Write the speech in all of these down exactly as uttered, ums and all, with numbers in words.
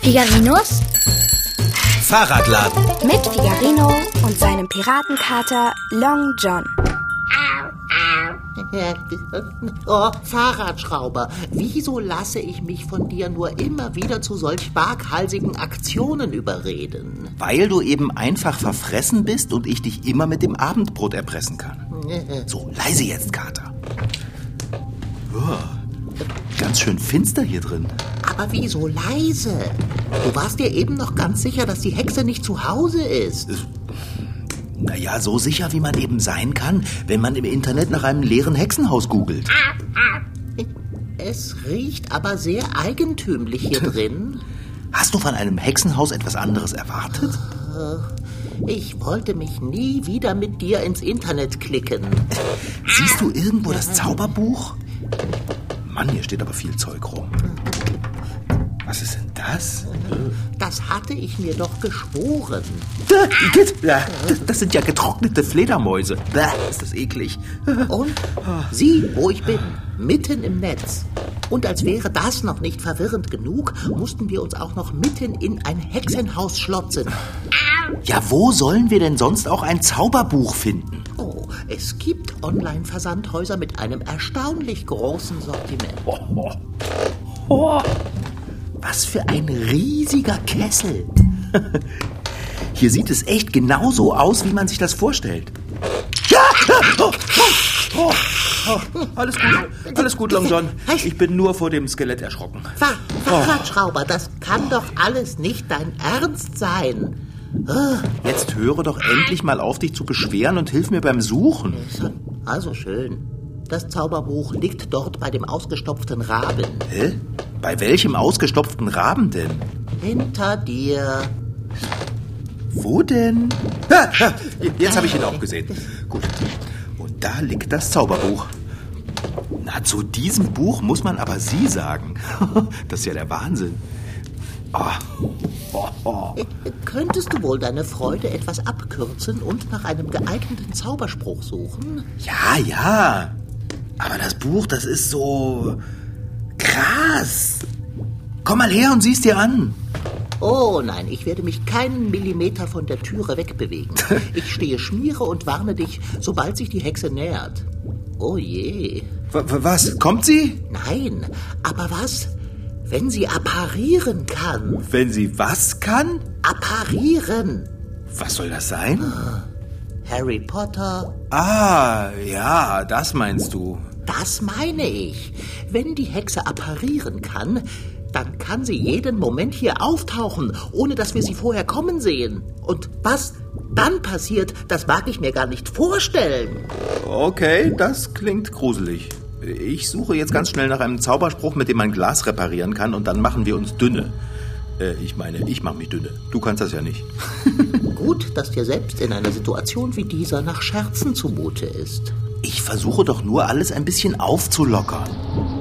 Figarinos Fahrradladen mit Figarino und seinem Piratenkater Long John. Oh, Fahrradschrauber, wieso lasse ich mich von dir nur immer wieder zu solch waghalsigen Aktionen überreden? Weil du eben einfach verfressen bist und ich dich immer mit dem Abendbrot erpressen kann. So, leise jetzt, Kater. Oh, ganz schön finster hier drin. Aber wieso leise? Du warst dir eben noch ganz sicher, dass die Hexe nicht zu Hause ist. Naja, so sicher, wie man eben sein kann, wenn man im Internet nach einem leeren Hexenhaus googelt. Es riecht aber sehr eigentümlich hier drin. Hast du von einem Hexenhaus etwas anderes erwartet? Ich wollte mich nie wieder mit dir ins Internet klicken. Siehst du irgendwo das Zauberbuch? Mann, hier steht aber viel Zeug rum. Was ist denn das? Das hatte ich mir doch geschworen. Das sind ja getrocknete Fledermäuse. Ist das eklig. Und sieh, wo ich bin. Mitten im Netz. Und als wäre das noch nicht verwirrend genug, mussten wir uns auch noch mitten in ein Hexenhaus schlotzen. Ja, wo sollen wir denn sonst auch ein Zauberbuch finden? Oh, es gibt Online-Versandhäuser mit einem erstaunlich großen Sortiment. Oh, oh. Oh. Was für ein riesiger Kessel. Hier sieht es echt genauso aus, wie man sich das vorstellt. Oh, oh, oh. Alles gut, alles gut, Long John. Ich bin nur vor dem Skelett erschrocken. Fahr, Fahrradschrauber, das kann doch alles nicht dein Ernst sein. Jetzt höre doch endlich mal auf, dich zu beschweren und hilf mir beim Suchen. Also schön. Das Zauberbuch liegt dort bei dem ausgestopften Raben. Hä? Bei welchem ausgestopften Raben denn? Hinter dir. Wo denn? Ha, ha, jetzt habe ich ihn auch gesehen. Gut. Und da liegt das Zauberbuch. Na, zu diesem Buch muss man aber Sie sagen. Das ist ja der Wahnsinn. Oh. Oh, oh. Könntest du wohl deine Freude etwas abkürzen und nach einem geeigneten Zauberspruch suchen? Ja, ja. Aber das Buch, das ist so krass. Komm mal her und sieh's dir an. Oh nein, ich werde mich keinen Millimeter von der Türe wegbewegen. Ich stehe Schmiere und warne dich, sobald sich die Hexe nähert. Oh je. W- was? Kommt sie? Nein, aber was, wenn sie apparieren kann? Wenn sie was kann? Apparieren. Was soll das sein? Harry Potter. Ah, ja, das meinst du. Das meine ich. Wenn die Hexe apparieren kann, dann kann sie jeden Moment hier auftauchen, ohne dass wir sie vorher kommen sehen. Und was dann passiert, das mag ich mir gar nicht vorstellen. Okay, das klingt gruselig. Ich suche jetzt ganz schnell nach einem Zauberspruch, mit dem man Glas reparieren kann, und dann machen wir uns dünne. Äh, ich meine, ich mache mich dünne. Du kannst das ja nicht. Gut, dass dir selbst in einer Situation wie dieser nach Scherzen zumute ist. Ich versuche doch nur, alles ein bisschen aufzulockern.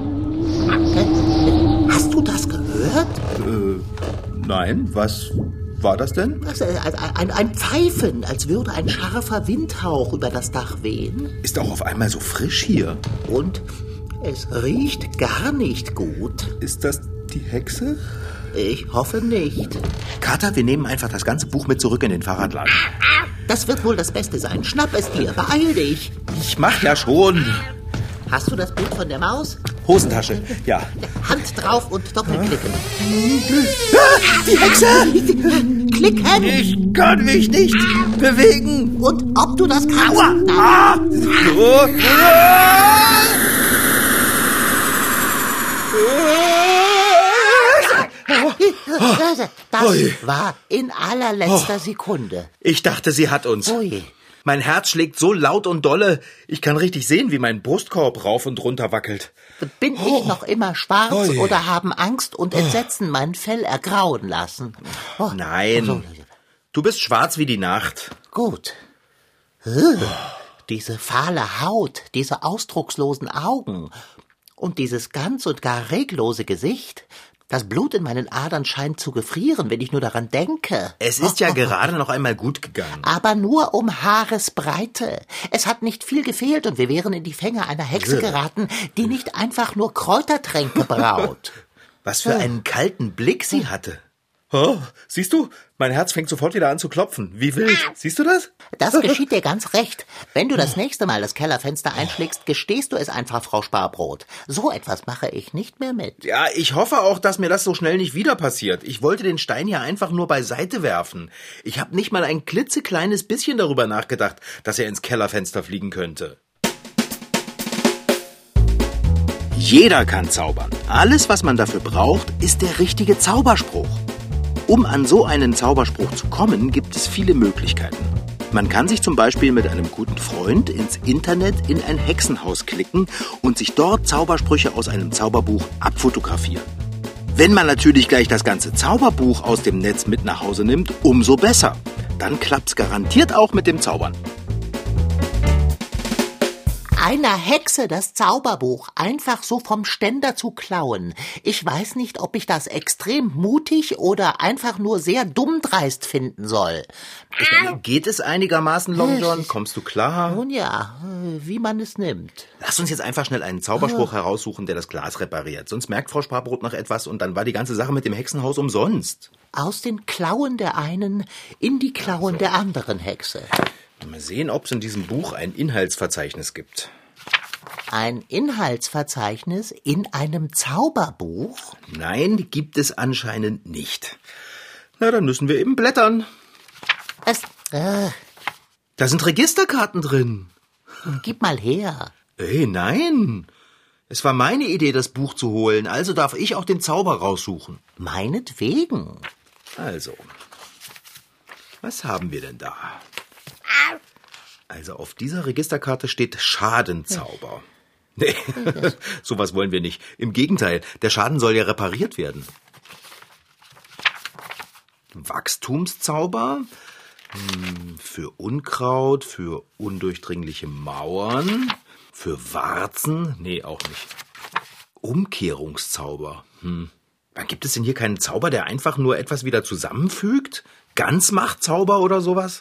Hast du das gehört? Äh, nein, was war das denn? Das, äh, ein, ein Pfeifen, als würde ein scharfer Windhauch über das Dach wehen. Ist auch auf einmal so frisch hier. Und es riecht gar nicht gut. Ist das die Hexe? Ich hoffe nicht. Kater, wir nehmen einfach das ganze Buch mit zurück in den Fahrradladen. Das wird wohl das Beste sein. Schnapp es dir, beeil dich. Ich mach ja schon. Hast du das Bild von der Maus? Hosentasche, ja. Hand drauf und doppelklicken. Ah, die Hexe! Klicken! Ich kann mich nicht bewegen. Und ob du das kannst? Aua! Ah! Oh. Das Ui. war in allerletzter Sekunde. Ich dachte, sie hat uns. Ui. Mein Herz schlägt so laut und dolle, ich kann richtig sehen, wie mein Brustkorb rauf und runter wackelt. Bin ich noch immer schwarz Ui. oder haben Angst und Entsetzen mein Fell ergrauen lassen? Oh. Nein, So, du bist schwarz wie die Nacht. gut. Ugh. Diese fahle Haut, diese ausdruckslosen Augen und dieses ganz und gar reglose Gesicht. Das Blut in meinen Adern scheint zu gefrieren, wenn ich nur daran denke. Es ist ja gerade noch einmal gut gegangen. Aber nur um Haaresbreite. Es hat nicht viel gefehlt und wir wären in die Fänge einer Hexe geraten, die nicht einfach nur Kräutertränke braut. Was für einen kalten Blick sie hatte. Oh, siehst du? Mein Herz fängt sofort wieder an zu klopfen. Wie wild. Siehst du das? Das geschieht dir ganz recht. Wenn du das nächste Mal das Kellerfenster einschlägst, gestehst du es einfach, Frau Sparbrot. So etwas mache ich nicht mehr mit. Ja, ich hoffe auch, dass mir das so schnell nicht wieder passiert. Ich wollte den Stein ja einfach nur beiseite werfen. Ich habe nicht mal ein klitzekleines bisschen darüber nachgedacht, dass er ins Kellerfenster fliegen könnte. Jeder kann zaubern. Alles, was man dafür braucht, ist der richtige Zauberspruch. Um an so einen Zauberspruch zu kommen, gibt es viele Möglichkeiten. Man kann sich zum Beispiel mit einem guten Freund ins Internet in ein Hexenhaus klicken und sich dort Zaubersprüche aus einem Zauberbuch abfotografieren. Wenn man natürlich gleich das ganze Zauberbuch aus dem Netz mit nach Hause nimmt, umso besser. Dann klappt's garantiert auch mit dem Zaubern. Einer Hexe das Zauberbuch einfach so vom Ständer zu klauen. Ich weiß nicht, ob ich das extrem mutig oder einfach nur sehr dummdreist finden soll. Ich meine, geht es einigermaßen, Long John? Kommst du klar? Nun ja, wie man es nimmt. Lass uns jetzt einfach schnell einen Zauberspruch heraussuchen, der das Glas repariert. Sonst merkt Frau Sparbrot noch etwas und dann war die ganze Sache mit dem Hexenhaus umsonst. Aus den Klauen der einen in die Klauen der anderen Hexe. Mal sehen, ob es in diesem Buch ein Inhaltsverzeichnis gibt. Ein Inhaltsverzeichnis in einem Zauberbuch? Nein, gibt es anscheinend nicht. Na, dann müssen wir eben blättern. Es, äh, Da sind Registerkarten drin. gib mal her. Ey, nein. Es war meine Idee, das Buch zu holen, also darf ich auch den Zauber raussuchen. Meinetwegen. Also, was haben wir denn da? Also auf dieser Registerkarte steht Schadenzauber. Nee, sowas wollen wir nicht. Im Gegenteil, der Schaden soll ja repariert werden. Wachstumszauber hm, für Unkraut, für undurchdringliche Mauern, für Warzen, nee, auch nicht. Umkehrungszauber. Hm. Gibt es denn hier keinen Zauber, der einfach nur etwas wieder zusammenfügt? Ganzmachtzauber oder sowas?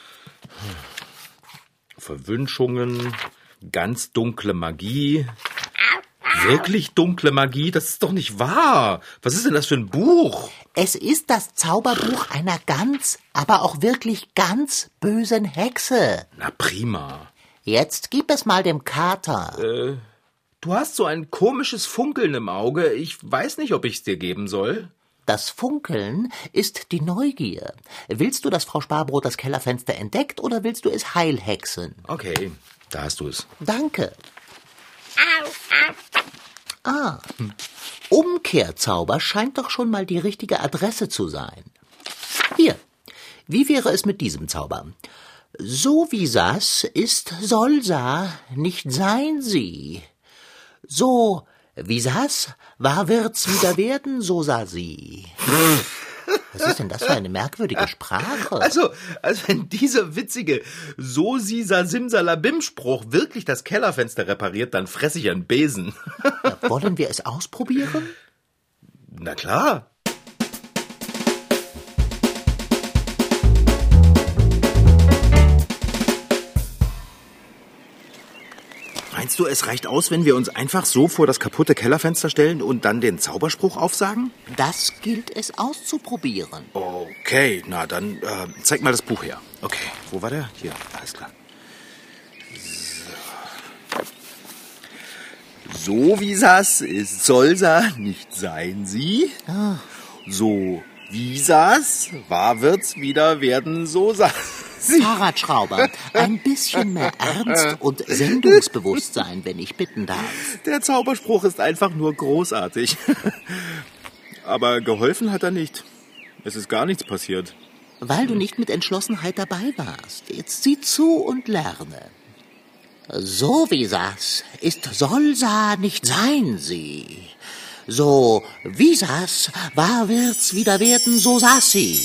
Verwünschungen, ganz dunkle Magie. Wirklich dunkle Magie? Das ist doch nicht wahr. Was ist denn das für ein Buch? Es ist das Zauberbuch einer ganz, aber auch wirklich ganz bösen Hexe. Na prima. Jetzt gib es mal dem Kater. Äh, du hast so ein komisches Funkeln im Auge. Ich weiß nicht, ob ich's dir geben soll. Das Funkeln ist die Neugier. Willst du, dass Frau Sparbrot das Kellerfenster entdeckt oder willst du es heilhexen? Okay, da hast du es. Danke. Ah, Umkehrzauber scheint doch schon mal die richtige Adresse zu sein. Hier, wie wäre es mit diesem Zauber? So wie Sass ist, soll Sa nicht sein sie. So wie Sass war, wird's wieder werden, so sah sie. Was ist denn das für eine merkwürdige Sprache? Also, also wenn dieser witzige So-Si-Sa-Sim-Salabim-Spruch wirklich das Kellerfenster repariert, dann fresse ich einen Besen. Ja, wollen wir es ausprobieren? Na klar. Meinst du, es reicht aus, wenn wir uns einfach so vor das kaputte Kellerfenster stellen und dann den Zauberspruch aufsagen? Das gilt es auszuprobieren. Okay, na dann äh, zeig mal das Buch her. Okay, wo war der? Hier, alles klar. So, so wie Sass ist, soll Sa nicht sein sie. Ah. So wie Sass war, wird's wieder werden, so Sa. Fahrradschrauber, ein bisschen mehr Ernst und Sendungsbewusstsein, wenn ich bitten darf. Der Zauberspruch ist einfach nur großartig. Aber geholfen hat er nicht. Es ist gar nichts passiert. Weil du nicht mit Entschlossenheit dabei warst. Jetzt sieh zu und lerne. So wie Sass ist, soll Sa nicht sein sie. So wie Sass war, wird's wieder werden, so saß sie.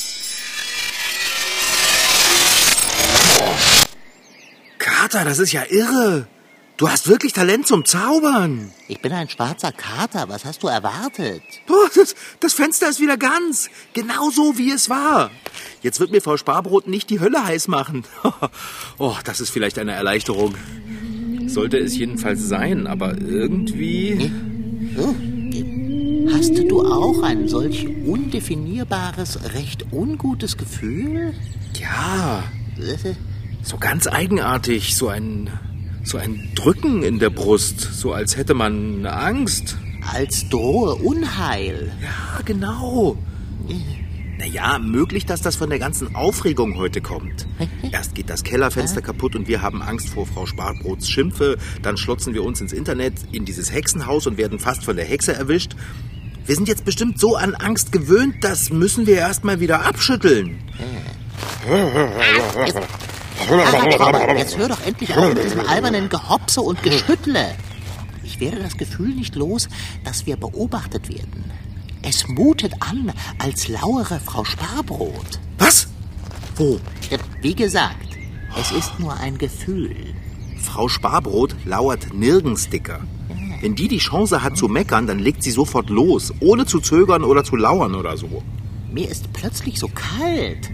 Kater, das ist ja irre. Du hast wirklich Talent zum Zaubern. Ich bin ein schwarzer Kater. Was hast du erwartet? Boah, das, das Fenster ist wieder ganz. Genau so, wie es war. Jetzt wird mir Frau Sparbrot nicht die Hölle heiß machen. Oh, das ist vielleicht eine Erleichterung. Sollte es jedenfalls sein, aber irgendwie... Oh. Hast du auch ein solch undefinierbares, recht ungutes Gefühl? Ja, so ganz eigenartig, so ein, so ein Drücken in der Brust, so als hätte man Angst. Als drohe Unheil. Ja, genau. Naja, möglich, dass das von der ganzen Aufregung heute kommt. Erst geht das Kellerfenster kaputt und wir haben Angst vor Frau Spartbrots Schimpfe. Dann schlotzen wir uns ins Internet, in dieses Hexenhaus und werden fast von der Hexe erwischt. Wir sind jetzt bestimmt so an Angst gewöhnt, das müssen wir erst mal wieder abschütteln. Jetzt, Fahrradschrauber, jetzt hör doch endlich auf mit diesem albernen Gehopse und Geschüttle. Ich werde das Gefühl nicht los, dass wir beobachtet werden. Es mutet an, als lauere Frau Sparbrot. Was? Wo? Wie gesagt, es ist nur ein Gefühl. Frau Sparbrot lauert nirgends, Dicker. Wenn die die Chance hat zu meckern, dann legt sie sofort los, ohne zu zögern oder zu lauern oder so. Mir ist plötzlich so kalt.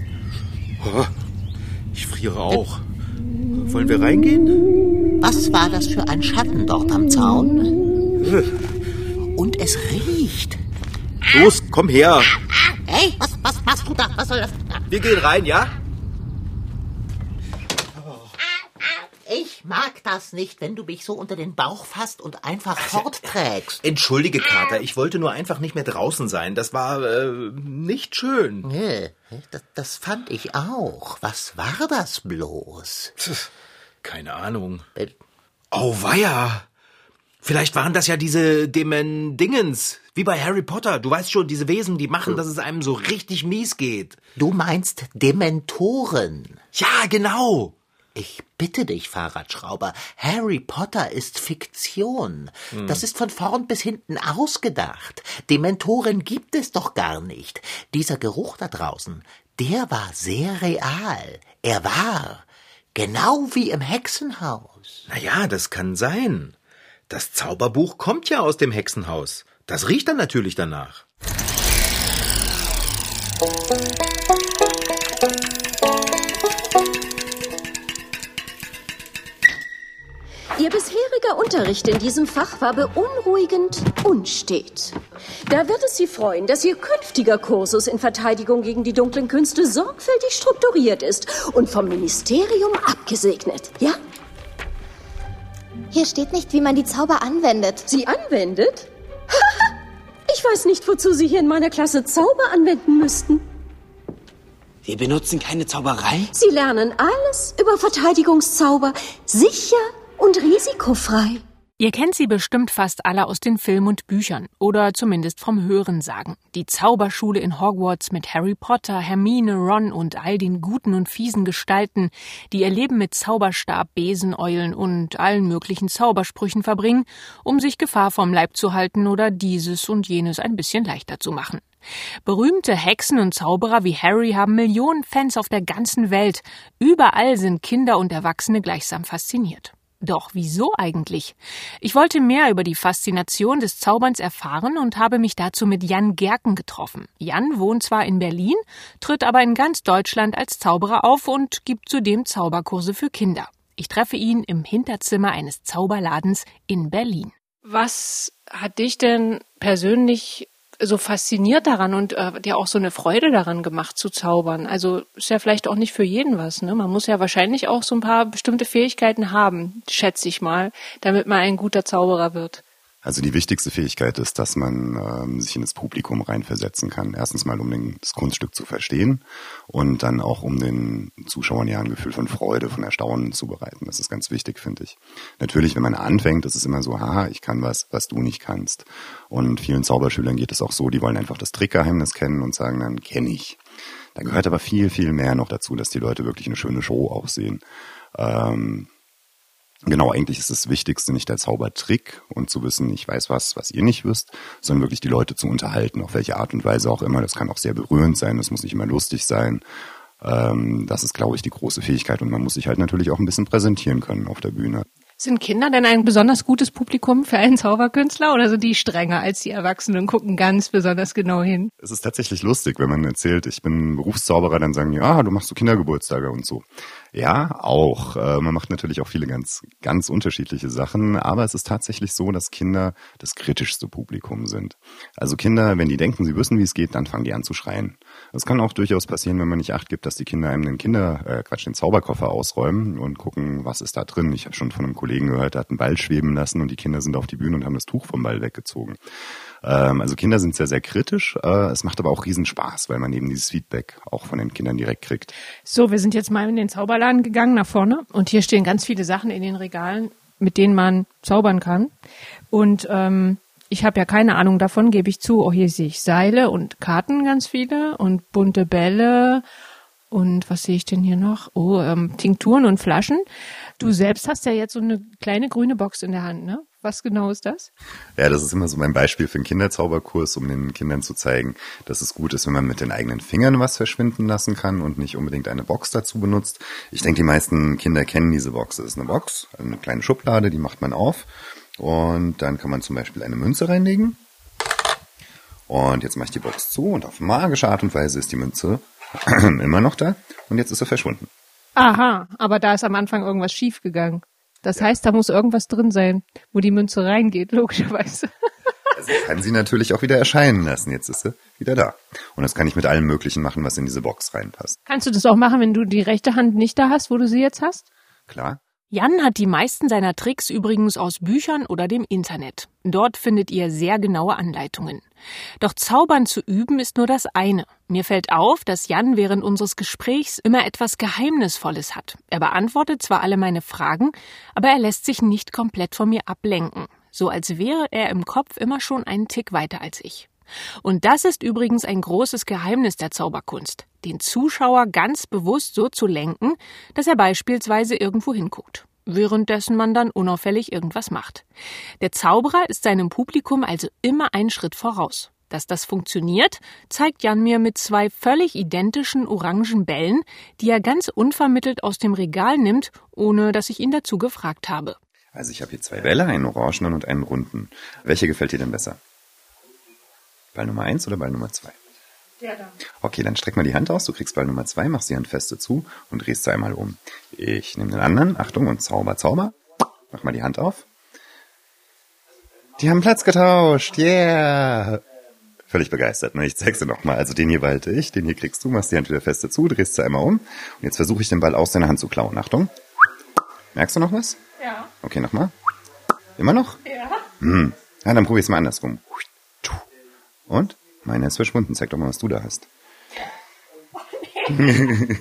Ich friere auch. Wollen wir reingehen? Was war das für ein Schatten dort am Zaun? Und es riecht. Los, komm her. Hey, was, was machst du da? Was soll das? Wir gehen rein, ja? Ich mag das nicht, wenn du mich so unter den Bauch fasst und einfach fortträgst. Entschuldige, Kater, ich wollte nur einfach nicht mehr draußen sein. Das war äh, nicht schön. Nee, das, das fand ich auch. Was war das bloß? Keine Ahnung. Äh, Oh, weia. Vielleicht waren das ja diese Demen-Dingens, wie bei Harry Potter. Du weißt schon, diese Wesen, die machen, dass es einem so richtig mies geht. Du meinst Dementoren? Ja, genau. Ich bitte dich, Fahrradschrauber, Harry Potter ist Fiktion. Hm. Das ist von vorn bis hinten ausgedacht. Dementoren gibt es doch gar nicht. Dieser Geruch da draußen, der war sehr real. Er war genau wie im Hexenhaus. Naja, das kann sein. Das Zauberbuch kommt ja aus dem Hexenhaus. Das riecht dann natürlich danach. Ihr bisheriger Unterricht in diesem Fach war beunruhigend unstet. Da wird es Sie freuen, dass Ihr künftiger Kursus in Verteidigung gegen die dunklen Künste sorgfältig strukturiert ist und vom Ministerium abgesegnet, ja? Hier steht nicht, wie man die Zauber anwendet. Sie anwendet? Ich weiß nicht, wozu Sie hier in meiner Klasse Zauber anwenden müssten. Wir benutzen keine Zauberei? Sie lernen alles über Verteidigungszauber, sicher und risikofrei. Ihr kennt sie bestimmt fast alle aus den Filmen und Büchern oder zumindest vom Hörensagen. Die Zauberschule in Hogwarts mit Harry Potter, Hermine, Ron und all den guten und fiesen Gestalten, die ihr Leben mit Zauberstab, Besen, Eulen und allen möglichen Zaubersprüchen verbringen, um sich Gefahr vom Leib zu halten oder dieses und jenes ein bisschen leichter zu machen. Berühmte Hexen und Zauberer wie Harry haben Millionen Fans auf der ganzen Welt. Überall sind Kinder und Erwachsene gleichsam fasziniert. Doch wieso eigentlich? Ich wollte mehr über die Faszination des Zauberns erfahren und habe mich dazu mit Jan Gerken getroffen. Jan wohnt zwar in Berlin, tritt aber in ganz Deutschland als Zauberer auf und gibt zudem Zauberkurse für Kinder. Ich treffe ihn im Hinterzimmer eines Zauberladens in Berlin. Was hat dich denn persönlich so fasziniert daran und äh, dir auch so eine Freude daran gemacht zu zaubern? Also ist ja vielleicht auch nicht für jeden was, ne? Man muss ja wahrscheinlich auch so ein paar bestimmte Fähigkeiten haben, schätze ich mal, damit man ein guter Zauberer wird. Also die wichtigste Fähigkeit ist, dass man ähm, sich in das Publikum reinversetzen kann. Erstens mal, um den, das Kunststück zu verstehen und dann auch, um den Zuschauern ja ein Gefühl von Freude, von Erstaunen zu bereiten. Das ist ganz wichtig, finde ich. Natürlich, wenn man anfängt, ist es immer so, haha, ich kann was, was du nicht kannst. Und vielen Zauberschülern geht es auch so, die wollen einfach das Trickgeheimnis kennen und sagen dann, kenne ich. Da gehört aber viel, viel mehr noch dazu, dass die Leute wirklich eine schöne Show auch sehen. Ähm, Genau, eigentlich ist das Wichtigste nicht der Zaubertrick und zu wissen, ich weiß was, was ihr nicht wisst, sondern wirklich die Leute zu unterhalten, auf welche Art und Weise auch immer. Das kann auch sehr berührend sein, das muss nicht immer lustig sein. Ähm, das ist, glaube ich, die große Fähigkeit und man muss sich halt natürlich auch ein bisschen präsentieren können auf der Bühne. Sind Kinder denn ein besonders gutes Publikum für einen Zauberkünstler oder sind die strenger als die Erwachsenen und gucken ganz besonders genau hin? Es ist tatsächlich lustig, wenn man erzählt, ich bin Berufszauberer, dann sagen die, ah, du machst so Kindergeburtstage und so. Ja, auch. Äh, man macht natürlich auch viele ganz, ganz unterschiedliche Sachen, aber es ist tatsächlich so, dass Kinder das kritischste Publikum sind. Also Kinder, wenn die denken, sie wissen, wie es geht, dann fangen die an zu schreien. Das kann auch durchaus passieren, wenn man nicht Acht gibt, dass die Kinder einem den Kinder, äh, Quatsch, den Zauberkoffer ausräumen und gucken, was ist da drin. Ich habe schon von einem Kollegen gehört, der hat einen Ball schweben lassen und die Kinder sind auf die Bühne und haben das Tuch vom Ball weggezogen. Ähm, also Kinder sind sehr, sehr kritisch. Äh, es macht aber auch Riesenspaß, weil man eben dieses Feedback auch von den Kindern direkt kriegt. So, wir sind jetzt mal in den Zauberladen gegangen nach vorne und hier stehen ganz viele Sachen in den Regalen, mit denen man zaubern kann. Und ähm, ich habe ja keine Ahnung davon, gebe ich zu. Oh, hier sehe ich Seile und Karten ganz viele und bunte Bälle. Und was sehe ich denn hier noch? Oh, ähm, Tinkturen und Flaschen. Du selbst hast ja jetzt so eine kleine grüne Box in der Hand, ne? Was genau ist das? Ja, das ist immer so mein Beispiel für einen Kinderzauberkurs, um den Kindern zu zeigen, dass es gut ist, wenn man mit den eigenen Fingern was verschwinden lassen kann und nicht unbedingt eine Box dazu benutzt. Ich denke, die meisten Kinder kennen diese Box. Das ist eine Box, eine kleine Schublade, die macht man auf und dann kann man zum Beispiel eine Münze reinlegen. Und jetzt mache ich die Box zu und auf magische Art und Weise ist die Münze immer noch da und jetzt ist sie verschwunden. Aha, aber da ist am Anfang irgendwas schief gegangen. Das heißt, da muss irgendwas drin sein, wo die Münze reingeht, logischerweise. Also ich kann sie natürlich auch wieder erscheinen lassen. Jetzt ist sie wieder da. Und das kann ich mit allem Möglichen machen, was in diese Box reinpasst. Kannst du das auch machen, wenn du die rechte Hand nicht da hast, wo du sie jetzt hast? Klar. Jan hat die meisten seiner Tricks übrigens aus Büchern oder dem Internet. Dort findet ihr sehr genaue Anleitungen. Doch Zaubern zu üben ist nur das eine. Mir fällt auf, dass Jan während unseres Gesprächs immer etwas Geheimnisvolles hat. Er beantwortet zwar alle meine Fragen, aber er lässt sich nicht komplett von mir ablenken. So als wäre er im Kopf immer schon einen Tick weiter als ich. Und das ist übrigens ein großes Geheimnis der Zauberkunst, den Zuschauer ganz bewusst so zu lenken, dass er beispielsweise irgendwo hinguckt, währenddessen man dann unauffällig irgendwas macht. Der Zauberer ist seinem Publikum also immer einen Schritt voraus. Dass das funktioniert, zeigt Jan mir mit zwei völlig identischen orangen Bällen, die er ganz unvermittelt aus dem Regal nimmt, ohne dass ich ihn dazu gefragt habe. Also ich habe hier zwei Bälle, einen orangenen und einen runden. Welche gefällt dir denn besser? Ball Nummer eins oder Ball Nummer zwei? Der da. Okay, dann streck mal die Hand aus, du kriegst Ball Nummer zwei, machst die Hand feste zu und drehst sie einmal um. Ich nehme den anderen, Achtung und Zauber, Zauber. Mach mal die Hand auf. Die haben Platz getauscht, yeah! Völlig begeistert, ne? Ich zeig's dir nochmal. Also den hier behalte ich, den hier kriegst du, machst die Hand wieder feste zu, drehst sie einmal um. Und jetzt versuche ich den Ball aus deiner Hand zu klauen. Achtung. Merkst du noch was? Ja. Okay, nochmal. Immer noch? Ja. Hm. Ja, dann probier's mal andersrum. Und? Meine ist verschwunden. Zeig doch mal, was du da hast. Oh, nee.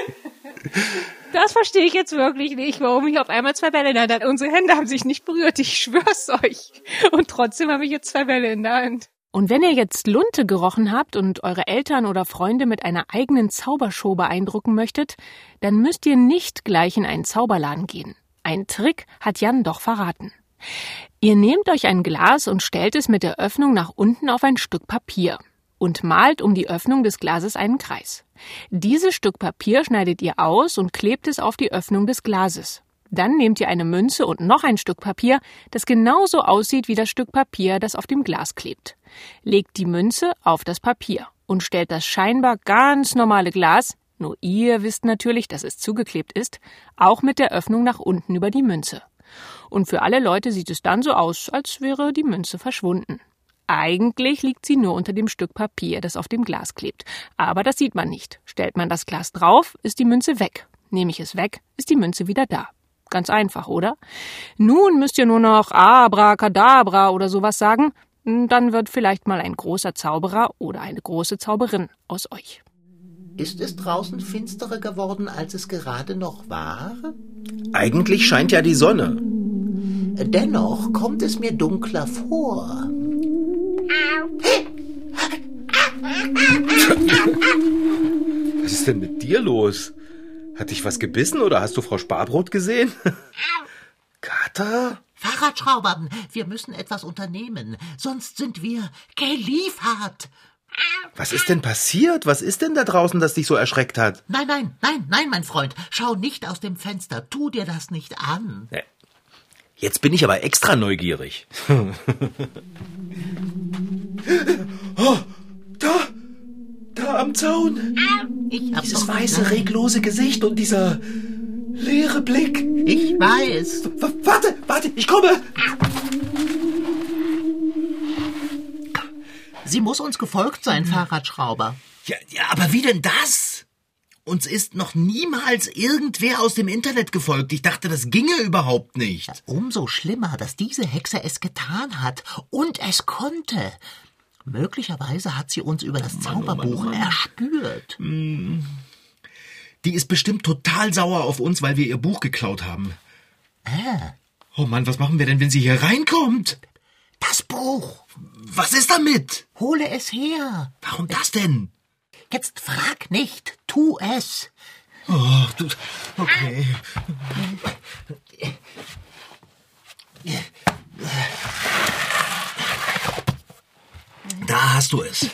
Das verstehe ich jetzt wirklich nicht, warum ich auf einmal zwei Bälle in der Hand habe. Unsere Hände haben sich nicht berührt, ich schwör's euch. Und trotzdem habe ich jetzt zwei Bälle in der Hand. Und wenn ihr jetzt Lunte gerochen habt und eure Eltern oder Freunde mit einer eigenen Zaubershow beeindrucken möchtet, dann müsst ihr nicht gleich in einen Zauberladen gehen. Ein Trick hat Jan doch verraten. Ihr nehmt euch ein Glas und stellt es mit der Öffnung nach unten auf ein Stück Papier und malt um die Öffnung des Glases einen Kreis. Dieses Stück Papier schneidet ihr aus und klebt es auf die Öffnung des Glases. Dann nehmt ihr eine Münze und noch ein Stück Papier, das genauso aussieht wie das Stück Papier, das auf dem Glas klebt. Legt die Münze auf das Papier und stellt das scheinbar ganz normale Glas, nur ihr wisst natürlich, dass es zugeklebt ist, auch mit der Öffnung nach unten über die Münze. Und für alle Leute sieht es dann so aus, als wäre die Münze verschwunden. Eigentlich liegt sie nur unter dem Stück Papier, das auf dem Glas klebt. Aber das sieht man nicht. Stellt man das Glas drauf, ist die Münze weg. Nehme ich es weg, ist die Münze wieder da. Ganz einfach, oder? Nun müsst ihr nur noch Abracadabra oder sowas sagen. Dann wird vielleicht mal ein großer Zauberer oder eine große Zauberin aus euch. Ist es draußen finsterer geworden, als es gerade noch war? Eigentlich scheint ja die Sonne. Dennoch kommt es mir dunkler vor. Was ist denn mit dir los? Hat dich was gebissen oder hast du Frau Sparbrot gesehen? Kater? Fahrradschraubern, wir müssen etwas unternehmen, sonst sind wir geliefert. Was ist denn passiert? Was ist denn da draußen, das dich so erschreckt hat? Nein, nein, nein, nein, mein Freund. Schau nicht aus dem Fenster. Tu dir das nicht an. Jetzt bin ich aber extra neugierig. Oh, da, da am Zaun. Ich hab Dieses weiße, reglose Gesicht und dieser, leere Blick. Ich weiß. W- warte, warte, ich komme. Sie muss uns gefolgt sein, Fahrradschrauber. Ja, ja, aber wie denn das? Uns ist noch niemals irgendwer aus dem Internet gefolgt. Ich dachte, das ginge überhaupt nicht. Umso schlimmer, dass diese Hexe es getan hat. Und es konnte. Möglicherweise hat sie uns über das Zauberbuch erspürt. Die ist bestimmt total sauer auf uns, weil wir ihr Buch geklaut haben. Ah, Oh Mann, was machen wir denn, wenn sie hier reinkommt? das Buch. Was ist damit? Hole es her. Warum das denn? Jetzt frag nicht, tu es. Oh, du, okay. Da hast du es.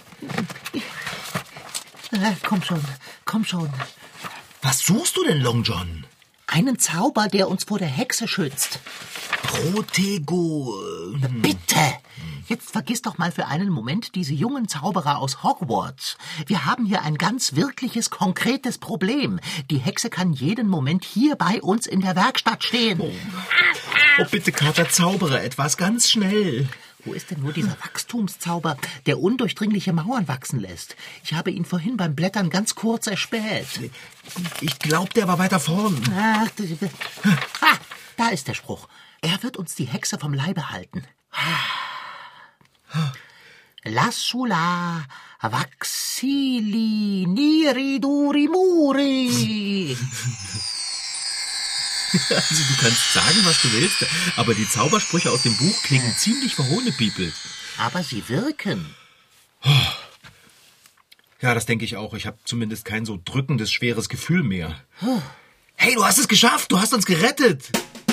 Äh, komm schon, komm schon. Was suchst du denn, Long John? Einen Zauber, der uns vor der Hexe schützt. Protego. Bitte! Jetzt vergiss doch mal für einen Moment diese jungen Zauberer aus Hogwarts. Wir haben hier ein ganz wirkliches, konkretes Problem. Die Hexe kann jeden Moment hier bei uns in der Werkstatt stehen. Oh, oh bitte, Kater, zaubere etwas ganz schnell. Wo ist denn nur dieser Wachstumszauber, der undurchdringliche Mauern wachsen lässt? Ich habe ihn vorhin beim Blättern ganz kurz erspäht. Ich glaube, der war weiter vorn. Ach, das- ah, da ist der Spruch. Er wird uns die Hexe vom Leibe halten. Lassula Vaxili Niri Duri Muri. Also du kannst sagen, was du willst, aber die Zaubersprüche aus dem Buch klingen ziemlich verhohnepiepelt. Aber sie wirken. Ja, das denke ich auch. Ich habe zumindest kein so drückendes, schweres Gefühl mehr. Hey, du hast es geschafft! Du hast uns gerettet!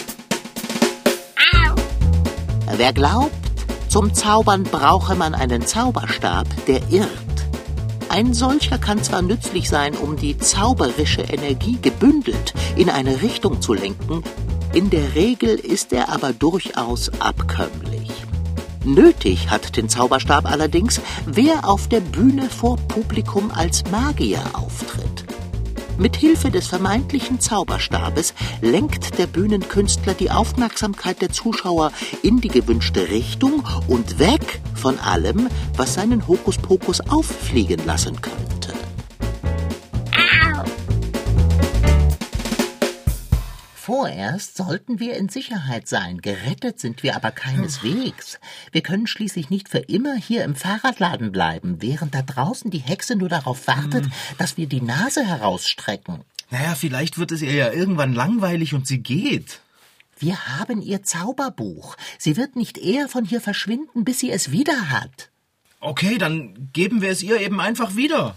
Wer glaubt, zum Zaubern brauche man einen Zauberstab, der irrt. Ein solcher kann zwar nützlich sein, um die zauberische Energie gebündelt in eine Richtung zu lenken, in der Regel ist er aber durchaus abkömmlich. Nötig hat den Zauberstab allerdings, wer auf der Bühne vor Publikum als Magier auftritt. Mit Hilfe des vermeintlichen Zauberstabes lenkt der Bühnenkünstler die Aufmerksamkeit der Zuschauer in die gewünschte Richtung und weg von allem, was seinen Hokuspokus auffliegen lassen könnte. Vorerst sollten wir in Sicherheit sein. Gerettet sind wir aber keineswegs. Wir können schließlich nicht für immer hier im Fahrradladen bleiben, während da draußen die Hexe nur darauf wartet, dass wir die Nase herausstrecken. Naja, vielleicht wird es ihr ja irgendwann langweilig und sie geht. Wir haben ihr Zauberbuch. Sie wird nicht eher von hier verschwinden, bis sie es wieder hat. Okay, dann geben wir es ihr eben einfach wieder.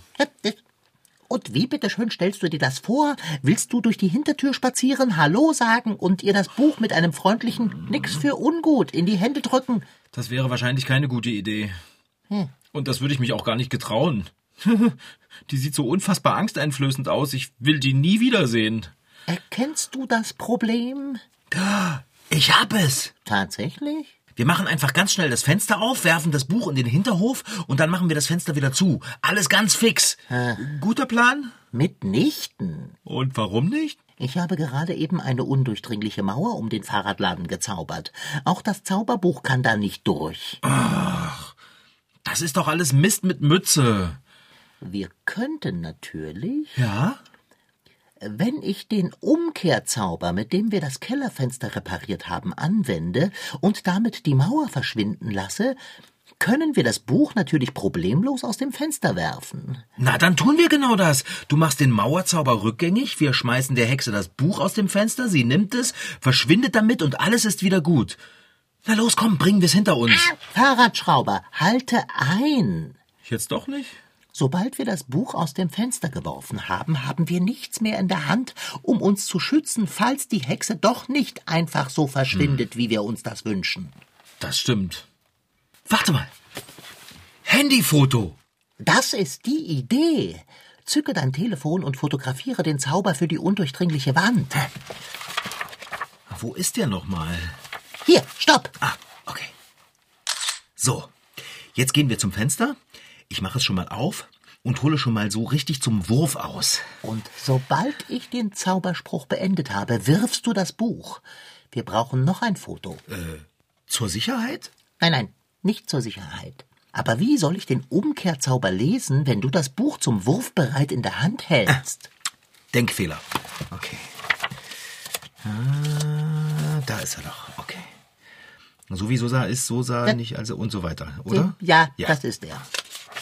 Und wie bitteschön stellst du dir das vor? Willst du durch die Hintertür spazieren, Hallo sagen und ihr das Buch mit einem freundlichen Nix für ungut in die Hände drücken? Das wäre wahrscheinlich keine gute Idee. Hm. Und das würde ich mich auch gar nicht getrauen. Die sieht so unfassbar angsteinflößend aus. Ich will die nie wiedersehen. Erkennst du das Problem? Ich hab es. Tatsächlich? Wir machen einfach ganz schnell das Fenster auf, werfen das Buch in den Hinterhof und dann machen wir das Fenster wieder zu. Alles ganz fix. Ah. Guter Plan? Mitnichten. Und warum nicht? Ich habe gerade eben eine undurchdringliche Mauer um den Fahrradladen gezaubert. Auch das Zauberbuch kann da nicht durch. Ach, das ist doch alles Mist mit Mütze. Wir könnten natürlich... Ja? Wenn ich den Umkehrzauber, mit dem wir das Kellerfenster repariert haben, anwende und damit die Mauer verschwinden lasse, können wir das Buch natürlich problemlos aus dem Fenster werfen. Na, dann tun wir genau das. Du machst den Mauerzauber rückgängig, wir schmeißen der Hexe das Buch aus dem Fenster, sie nimmt es, verschwindet damit und alles ist wieder gut. Na los, komm, bringen wir es hinter uns. Fahrradschrauber, halte ein! Jetzt doch nicht? Sobald wir das Buch aus dem Fenster geworfen haben, haben wir nichts mehr in der Hand, um uns zu schützen, falls die Hexe doch nicht einfach so verschwindet, hm. wie wir uns das wünschen. Das stimmt. Warte mal. Handyfoto. Das ist die Idee. Zücke dein Telefon und fotografiere den Zauber für die undurchdringliche Wand. Wo ist der nochmal? Hier, stopp. Ah, okay. So, jetzt gehen wir zum Fenster. Ich mache es schon mal auf und hole schon mal so richtig zum Wurf aus. Und sobald ich den Zauberspruch beendet habe, wirfst du das Buch. Wir brauchen noch ein Foto. Äh, zur Sicherheit? Nein, nein, nicht zur Sicherheit. Aber wie soll ich den Umkehrzauber lesen, wenn du das Buch zum Wurf bereit in der Hand hältst? Ah, Denkfehler. Okay. Ah, da ist er doch. Okay. So wie Sosa ist, Sosa ja. nicht, also und so weiter, oder? Ja, ja, das ist er.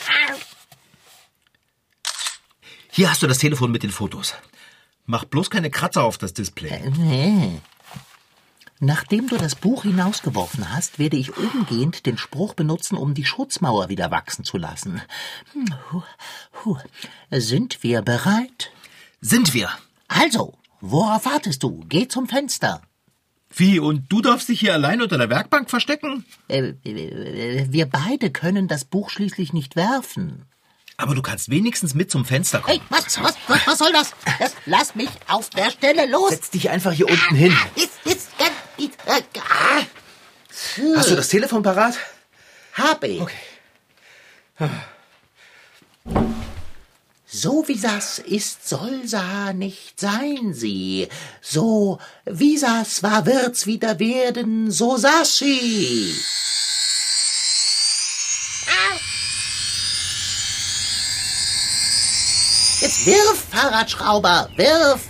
Hier hast du das Telefon mit den Fotos. Mach bloß keine Kratzer auf das Display. Äh, nee. Nachdem du das Buch hinausgeworfen hast, werde ich umgehend den Spruch benutzen, um die Schutzmauer wieder wachsen zu lassen. Huh, huh. Sind wir bereit? Sind wir. Also, worauf wartest du? Geh zum Fenster. Wie, und du darfst dich hier allein unter der Werkbank verstecken? Äh, wir beide können das Buch schließlich nicht werfen. Aber du kannst wenigstens mit zum Fenster kommen. Hey, was, was, was, was soll das? das? Lass mich auf der Stelle los. Setz dich einfach hier unten hin. Ist, ist, ist, äh, ah. Hast du das Telefon parat? Hab ich. Okay. So wie das ist, soll sa nicht sein sie. So wie das war, wird's wieder werden, so saß sie. Jetzt wirf, Fahrradschrauber, wirf!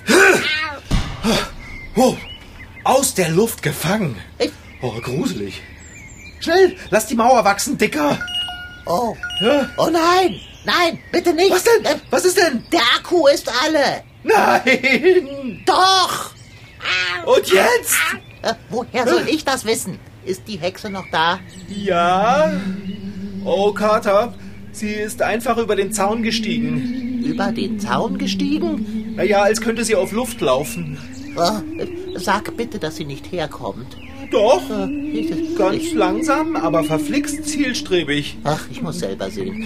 Oh, aus der Luft gefangen. Ich, Oh, gruselig. Schnell, lass die Mauer wachsen, Dicker. oh, Ja. oh nein, nein, bitte nicht. Was denn? Äh, Was ist denn? Der Akku ist alle. Nein! Doch! Und jetzt? Äh, woher soll ich das wissen? Ist die Hexe noch da? Ja. Oh, Carter, sie ist einfach über den Zaun gestiegen. Über den Zaun gestiegen? Naja, als könnte sie auf Luft laufen. Oh, äh, sag bitte, dass sie nicht herkommt. Doch, Äh, ich, ganz ich, langsam, aber verflixt zielstrebig. ach, ich muss selber sehen.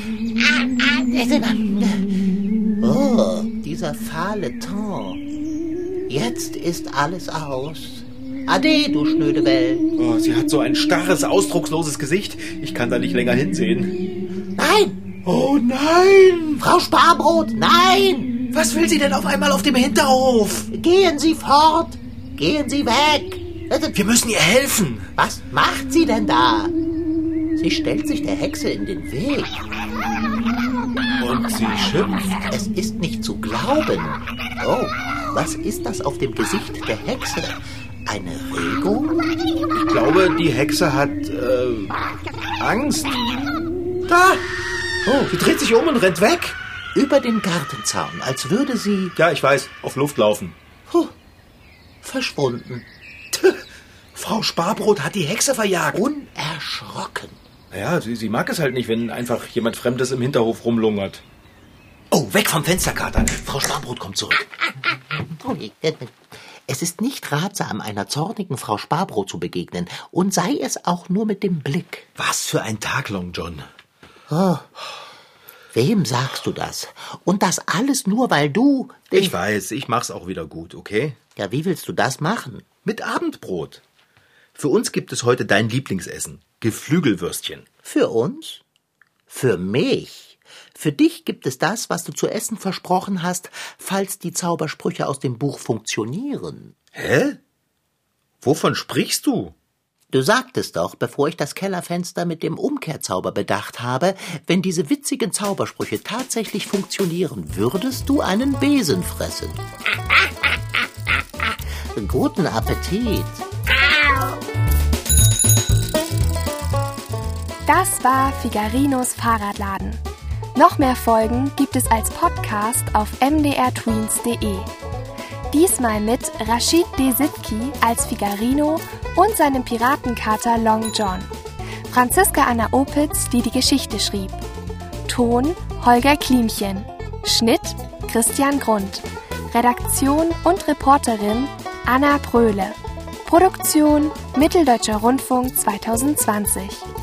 Oh, dieser fahle Ton. Jetzt ist alles aus. Ade, du schnöde Welt. Oh, sie hat so ein starres, ausdrucksloses Gesicht. Ich kann da nicht länger hinsehen. Nein! Oh nein! Frau Sparbrot, nein! Was will sie denn auf einmal auf dem Hinterhof? Gehen Sie fort! Gehen Sie weg! Wir müssen ihr helfen. Was macht sie denn da? Sie stellt sich der Hexe in den Weg. Und sie schimpft. Es ist nicht zu glauben. Oh, was ist das auf dem Gesicht der Hexe? Eine Regung? Ich glaube, die Hexe hat äh, Angst. Da! Oh, sie dreht sich um und rennt weg. Über den Gartenzaun, als würde sie... Ja, ich weiß, auf Luft laufen. Puh, verschwunden. Frau Sparbrot hat die Hexe verjagt. Unerschrocken. Naja, sie, sie mag es halt nicht, wenn einfach jemand Fremdes im Hinterhof rumlungert. Oh, weg vom Fenster, Kater. Frau Sparbrot kommt zurück. Es ist nicht ratsam, einer zornigen Frau Sparbrot zu begegnen, und sei es auch nur mit dem Blick. Was für ein Tag, Long John. Oh. Wem sagst du das? Und das alles nur, weil du... Ich weiß, ich mach's auch wieder gut, okay? Ja, wie willst du das machen? Mit Abendbrot. Für uns gibt es heute dein Lieblingsessen. Geflügelwürstchen. Für uns? Für mich? Für dich gibt es das, was du zu essen versprochen hast, falls die Zaubersprüche aus dem Buch funktionieren. Hä? Wovon sprichst du? Du sagtest doch, bevor ich das Kellerfenster mit dem Umkehrzauber bedacht habe, wenn diese witzigen Zaubersprüche tatsächlich funktionieren, würdest du einen Besen fressen. Guten Appetit. Das war Figarinos Fahrradladen. Noch mehr Folgen gibt es als Podcast auf m d r tweens punkt de. Diesmal mit Rashid Desitki als Figarino und seinem Piratenkater Long John. Franziska Anna Opitz, die die Geschichte schrieb. Ton Holger Klimchen. Schnitt Christian Grund. Redaktion und Reporterin Anna Pröhle. Produktion Mitteldeutscher Rundfunk zwanzig zwanzig.